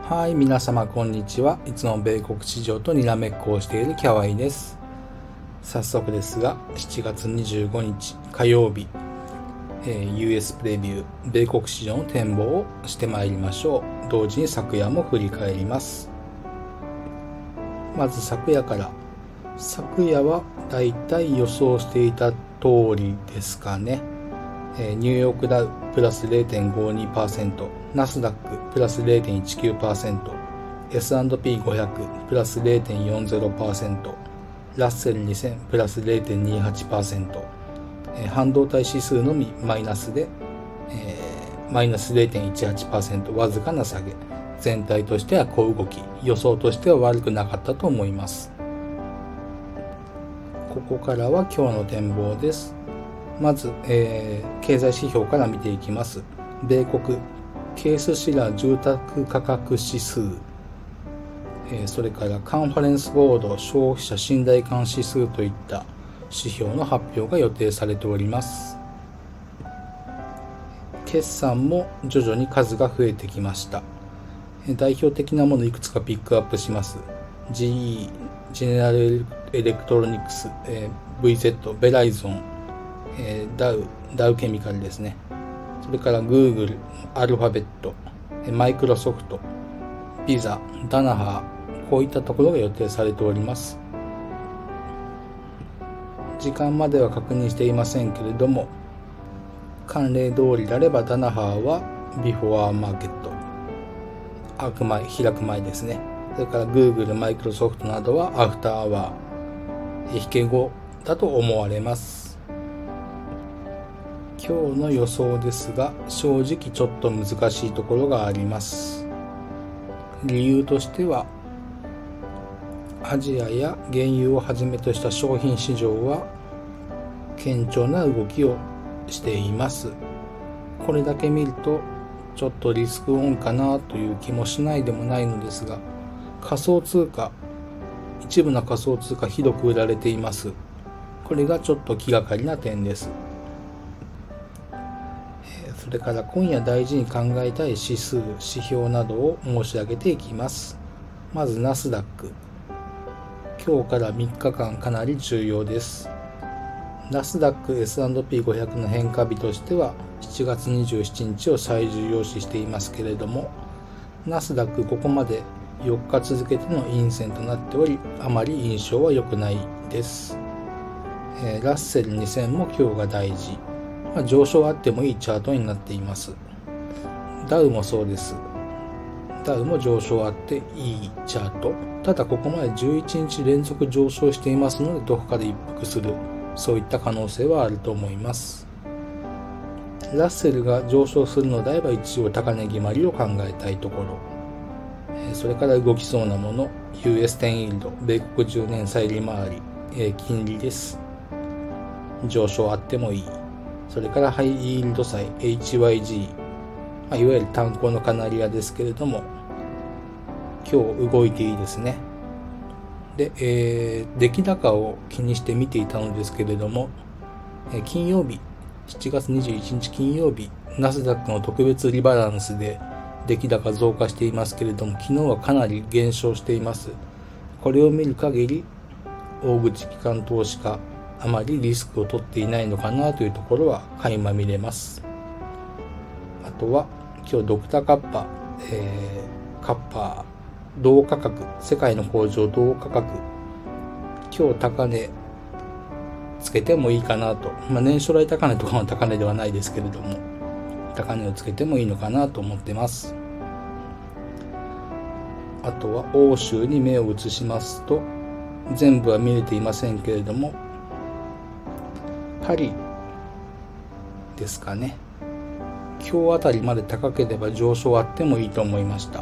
はい、皆様こんにちは。いつも米国市場とにらめっこをしているキャワイです。早速ですが、7月25日火曜日、US プレビュー、米国市場の展望をしてまいりましょう。同時に昨夜も振り返ります。まず昨夜から。昨夜はだいたい予想していた通りですかね。ニューヨークダウプラス 0.52%、ナスダックプラス 0.19%、S&P500 プラス 0.40%、ラッセル2000プラス 0.28%、半導体指数のみマイナスで、マイナス 0.18%、わずかな下げ。全体としては小動き、予想としては悪くなかったと思います。ここからは今日の展望です。まず、経済指標から見ていきます。米国ケースシラー住宅価格指数、それからカンファレンスボード消費者信頼感指数といった指標の発表が予定されております。決算も徐々に数が増えてきました。代表的なものいくつかピックアップします。GE、ジェネラルエレクトロニクス、VZ、ベライゾン、ダウケミカルですね。それからグーグル、アルファベット、マイクロソフト、ビザ、ダナハー、こういったところが予定されております。時間までは確認していませんけれども、慣例通りであればダナハーはビフォアマーケット、開く前ですね。それからグーグル、マイクロソフトなどはアフターアワー、引け後だと思われます。今日の予想ですが、正直ちょっと難しいところがあります。理由としては、アジアや原油をはじめとした商品市場は堅調な動きをしています。これだけ見るとちょっとリスクオンかなという気もしないでもないのですが、一部の仮想通貨ひどく売られています。これがちょっと気がかりな点です。それから今夜大事に考えたい指数、指標などを申し上げていきます。まずナスダック。今日から3日間かなり重要です。ナスダック S&P500 の変化日としては7月27日を最重要視していますけれども、ナスダックここまで4日続けての陰線となっており、あまり印象は良くないです。ラッセル2000も今日が大事。上昇あってもいいチャートになっています。ダウもそうです。ダウも上昇あっていいチャート。ただここまで11日連続上昇していますので、どこかで一服する、そういった可能性はあると思います。ラッセルが上昇するのであれば一応高値決まりを考えたいところ。それから動きそうなもの、US10 イールド、米国10年債利回り、金利です。上昇あってもいい。それからハイイールド債 HYG、いわゆる炭鉱のカナリアですけれども、今日動いていいですね。で、出来高を気にして見ていたのですけれども、金曜日、7月21日金曜日、ナスダックの特別リバランスで出来高増加していますけれども、昨日はかなり減少しています。これを見る限り、大口機関投資家、あまりリスクを取っていないのかなというところは垣間見れます。あとは今日ドクターカッパ、カッパ同価格、世界の工場同価格、今日高値つけてもいいかなと、年初来高値とかの高値ではないですけれども、高値をつけてもいいのかなと思ってます。あとは欧州に目を移しますと、全部は見れていませんけれども、パリですかね。今日あたりまで高ければ上昇あってもいいと思いました。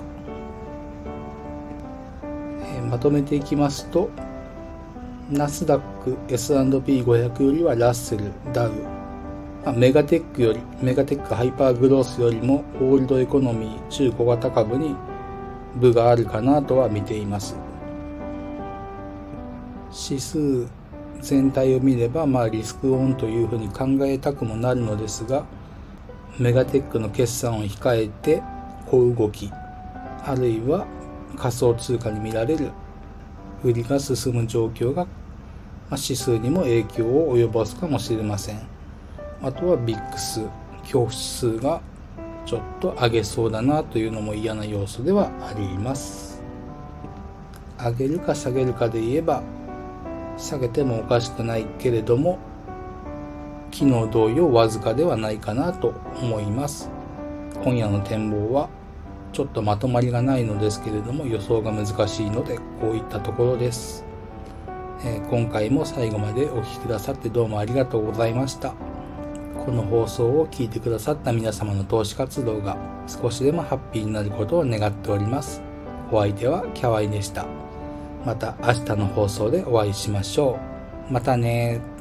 まとめていきますと、ナスダック S&P500 よりはラッセル、ダウ、メガテックハイパーグロースよりもオールドエコノミー、中小型株に分があるかなとは見ています。指数全体を見ればリスクオンというふうに考えたくもなるのですが、メガテックの決算を控えて小動き、 あるいは仮想通貨に見られる売りが進む状況が指数にも影響を及ぼすかもしれません。あとはビックス、恐怖指数がちょっと上げそうだなというのも嫌な要素ではあります。上げるか下げるかで言えば下げてもおかしくないけれども、昨日同様わずかではないかなと思います。今夜の展望はちょっとまとまりがないのですけれども、予想が難しいのでこういったところです。今回も最後までお聞きくださってどうもありがとうございました。この放送を聞いてくださった皆様の投資活動が少しでもハッピーになることを願っております。お相手はキャワイでした。また明日の放送でお会いしましょう。またね。